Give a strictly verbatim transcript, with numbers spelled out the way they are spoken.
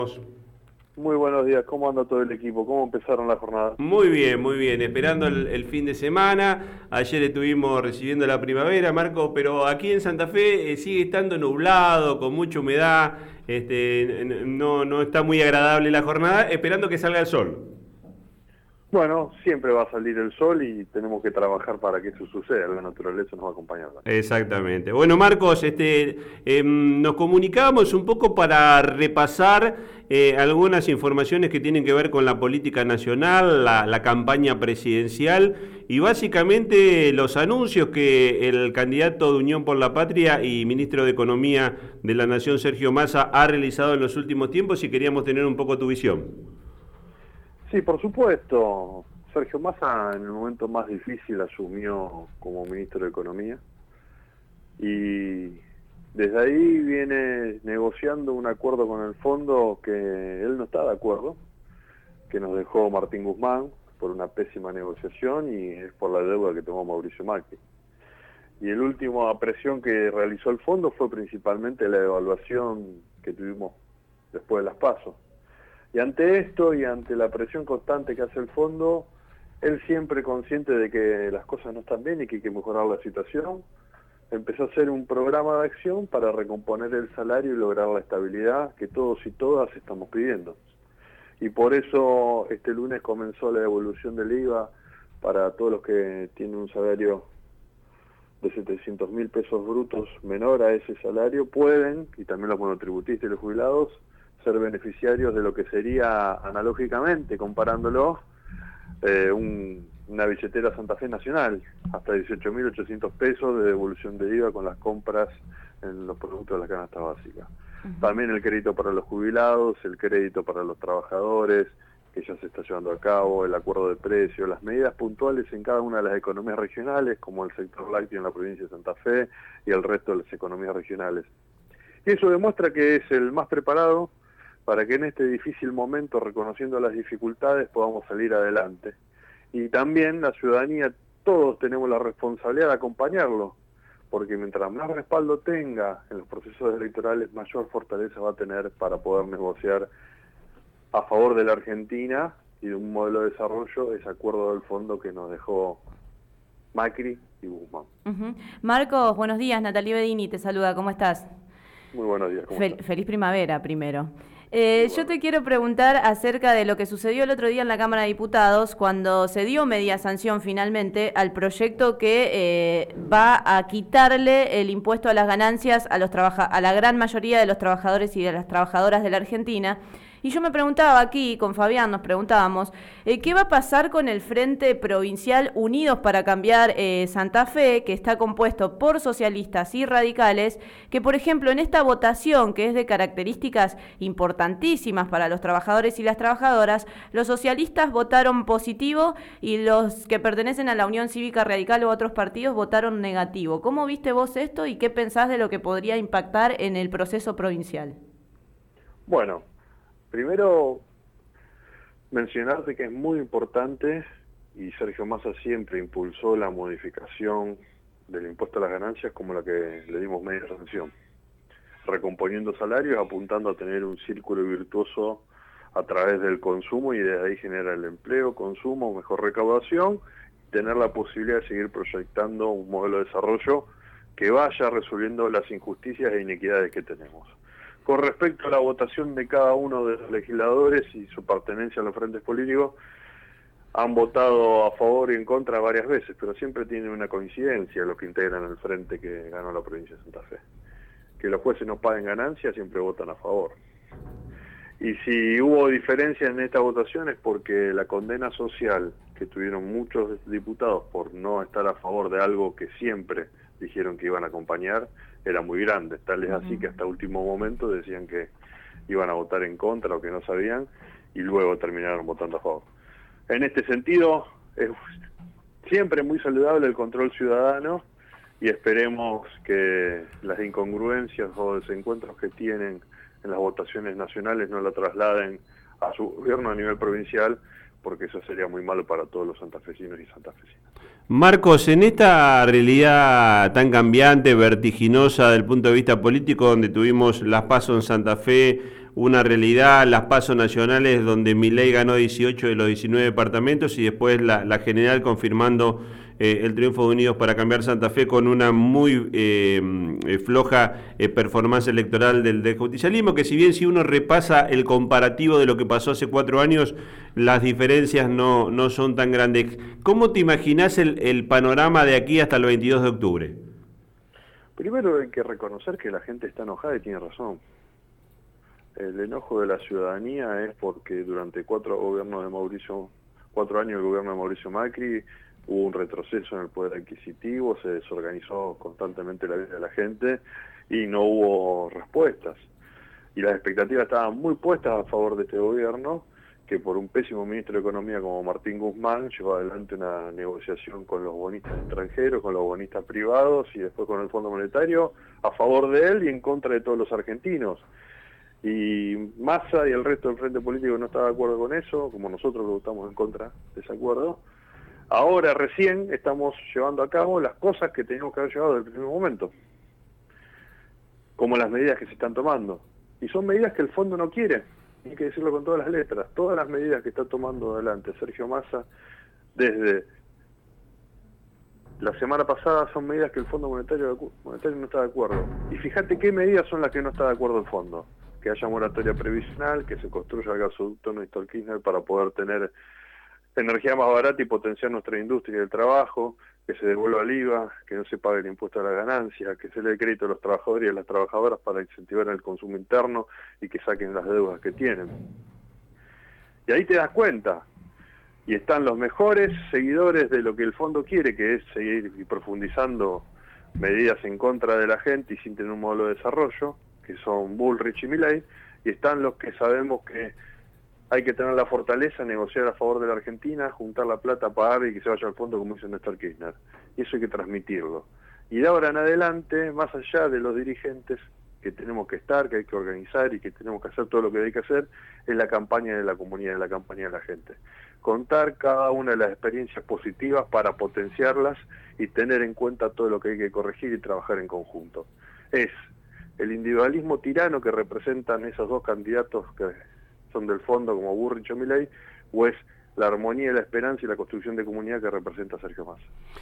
Muy buenos días, ¿cómo anda todo el equipo? ¿Cómo empezaron la jornada? Muy bien, muy bien, esperando el, el fin de semana. Ayer estuvimos recibiendo la primavera, Marco, pero aquí en Santa Fe eh, sigue estando nublado, con mucha humedad, este, no, no está muy agradable la jornada, esperando que salga el sol. Bueno, siempre va a salir el sol y tenemos que trabajar para que eso suceda, la naturaleza nos va a acompañar. Exactamente. Bueno, Marcos, este, eh, nos comunicábamos un poco para repasar eh, algunas informaciones que tienen que ver con la política nacional, la, la campaña presidencial y básicamente los anuncios que el candidato de Unión por la Patria y ministro de Economía de la Nación, Sergio Massa, ha realizado en los últimos tiempos y queríamos tener un poco tu visión. Sí, por supuesto. Sergio Massa en el momento más difícil asumió como ministro de Economía y desde ahí viene negociando un acuerdo con el fondo que él no está de acuerdo, que nos dejó Martín Guzmán por una pésima negociación y es por la deuda que tomó Mauricio Macri. Y el último presión que realizó el fondo fue principalmente la evaluación que tuvimos después de las PASO. Y ante esto y ante la presión constante que hace el fondo, él siempre consciente de que las cosas no están bien y que hay que mejorar la situación, empezó a hacer un programa de acción para recomponer el salario y lograr la estabilidad que todos y todas estamos pidiendo. Y por eso este lunes comenzó la devolución del I V A para todos los que tienen un salario de setecientos mil pesos brutos menor a ese salario, pueden, y también los monotributistas y los jubilados, ser beneficiarios de lo que sería analógicamente, comparándolo, eh, un, una billetera Santa Fe Nacional, hasta dieciocho mil ochocientos pesos de devolución de I V A con las compras en los productos de la canasta básica. Uh-huh. También el crédito para los jubilados, el crédito para los trabajadores, que ya se está llevando a cabo, el acuerdo de precios, las medidas puntuales en cada una de las economías regionales, como el sector lácteo en la provincia de Santa Fe y el resto de las economías regionales. Y eso demuestra que es el más preparado para que en este difícil momento, reconociendo las dificultades, podamos salir adelante. Y también la ciudadanía, todos tenemos la responsabilidad de acompañarlo, porque mientras más respaldo tenga en los procesos electorales, mayor fortaleza va a tener para poder negociar a favor de la Argentina y de un modelo de desarrollo, ese acuerdo del fondo que nos dejó Macri y Guzmán. Uh-huh. Marcos, buenos días, Natalie Bedini te saluda, ¿cómo estás? Muy buenos días. ¿Cómo Fel- estás? Feliz primavera, primero. Eh, bueno. Yo te quiero preguntar acerca de lo que sucedió el otro día en la Cámara de Diputados, cuando se dio media sanción finalmente al proyecto que eh, va a quitarle el impuesto a las ganancias a, los trabaja- a la gran mayoría de los trabajadores y de las trabajadoras de la Argentina. Y yo me preguntaba aquí, con Fabián nos preguntábamos, eh, ¿qué va a pasar con el Frente Provincial Unidos para Cambiar eh, Santa Fe, que está compuesto por socialistas y radicales, que por ejemplo en esta votación, que es de características importantísimas para los trabajadores y las trabajadoras, los socialistas votaron positivo y los que pertenecen a la Unión Cívica Radical u otros partidos votaron negativo? ¿Cómo viste vos esto y qué pensás de lo que podría impactar en el proceso provincial? Bueno, primero, mencionarte que es muy importante, y Sergio Massa siempre impulsó la modificación del impuesto a las ganancias como la que le dimos media sanción, recomponiendo salarios, apuntando a tener un círculo virtuoso a través del consumo y desde ahí generar el empleo, consumo, mejor recaudación, tener la posibilidad de seguir proyectando un modelo de desarrollo que vaya resolviendo las injusticias e inequidades que tenemos. Con respecto a la votación de cada uno de los legisladores y su pertenencia a los frentes políticos, han votado a favor y en contra varias veces, pero siempre tienen una coincidencia los que integran el frente que ganó la provincia de Santa Fe. Que los jueces no paguen ganancias, siempre votan a favor. Y si hubo diferencias en esta votación es porque la condena social que tuvieron muchos diputados por no estar a favor de algo que siempre dijeron que iban a acompañar, era muy grande, tal es así que hasta último momento decían que iban a votar en contra o que no sabían, y luego terminaron votando a favor. En este sentido, es siempre muy saludable el control ciudadano, y esperemos que las incongruencias o desencuentros que tienen en las votaciones nacionales no la trasladen a su gobierno a nivel provincial, porque eso sería muy malo para todos los santafesinos y santafesinas. Marcos, en esta realidad tan cambiante, vertiginosa desde el punto de vista político, donde tuvimos las PASO en Santa Fe, una realidad, las PASO nacionales donde Milei ganó dieciocho de los diecinueve departamentos y después la, la general confirmando eh, el triunfo de Unidos para Cambiar Santa Fe con una muy eh, floja eh, performance electoral del, del justicialismo, que si bien si uno repasa el comparativo de lo que pasó hace cuatro años, las diferencias no, no son tan grandes. ¿Cómo te imaginás el, el panorama de aquí hasta el veintidós de octubre? Primero hay que reconocer que la gente está enojada y tiene razón. El enojo de la ciudadanía es porque durante cuatro gobiernos de Mauricio, cuatro años del gobierno de Mauricio Macri hubo un retroceso en el poder adquisitivo, se desorganizó constantemente la vida de la gente y no hubo respuestas. Y las expectativas estaban muy puestas a favor de este gobierno, que por un pésimo ministro de Economía como Martín Guzmán llevó adelante una negociación con los bonistas extranjeros, con los bonistas privados y después con el Fondo Monetario a favor de él y en contra de todos los argentinos. Y Massa y el resto del frente político no estaba de acuerdo con eso, como nosotros lo estamos en contra de ese acuerdo. Ahora recién estamos llevando a cabo las cosas que teníamos que haber llevado desde el primer momento, como las medidas que se están tomando. Y son medidas que el fondo no quiere, hay que decirlo con todas las letras. Todas las medidas que está tomando adelante Sergio Massa desde la semana pasada son medidas que el Fondo Monetario, Monetario no está de acuerdo. Y fíjate qué medidas son las que no está de acuerdo el fondo. Que haya moratoria previsional, que se construya el gasoducto Néstor Kirchner para poder tener energía más barata y potenciar nuestra industria y el trabajo, que se devuelva el I V A, que no se pague el impuesto a la ganancia, que se le dé crédito a los trabajadores y a las trabajadoras para incentivar el consumo interno y que saquen las deudas que tienen. Y ahí te das cuenta, y están los mejores seguidores de lo que el fondo quiere, que es seguir profundizando medidas en contra de la gente y sin tener un modelo de desarrollo, que son Bullrich y Milei, y están los que sabemos que hay que tener la fortaleza, negociar a favor de la Argentina, juntar la plata, pagar y que se vaya al fondo, como dice Néstor Kirchner. Y eso hay que transmitirlo. Y de ahora en adelante, más allá de los dirigentes que tenemos que estar, que hay que organizar y que tenemos que hacer todo lo que hay que hacer, es la campaña de la comunidad, la campaña de la gente. Contar cada una de las experiencias positivas para potenciarlas y tener en cuenta todo lo que hay que corregir y trabajar en conjunto. Es el individualismo tirano que representan esos dos candidatos que son del fondo como Bullrich o Milei, o es la armonía, la esperanza y la construcción de comunidad que representa Sergio Massa.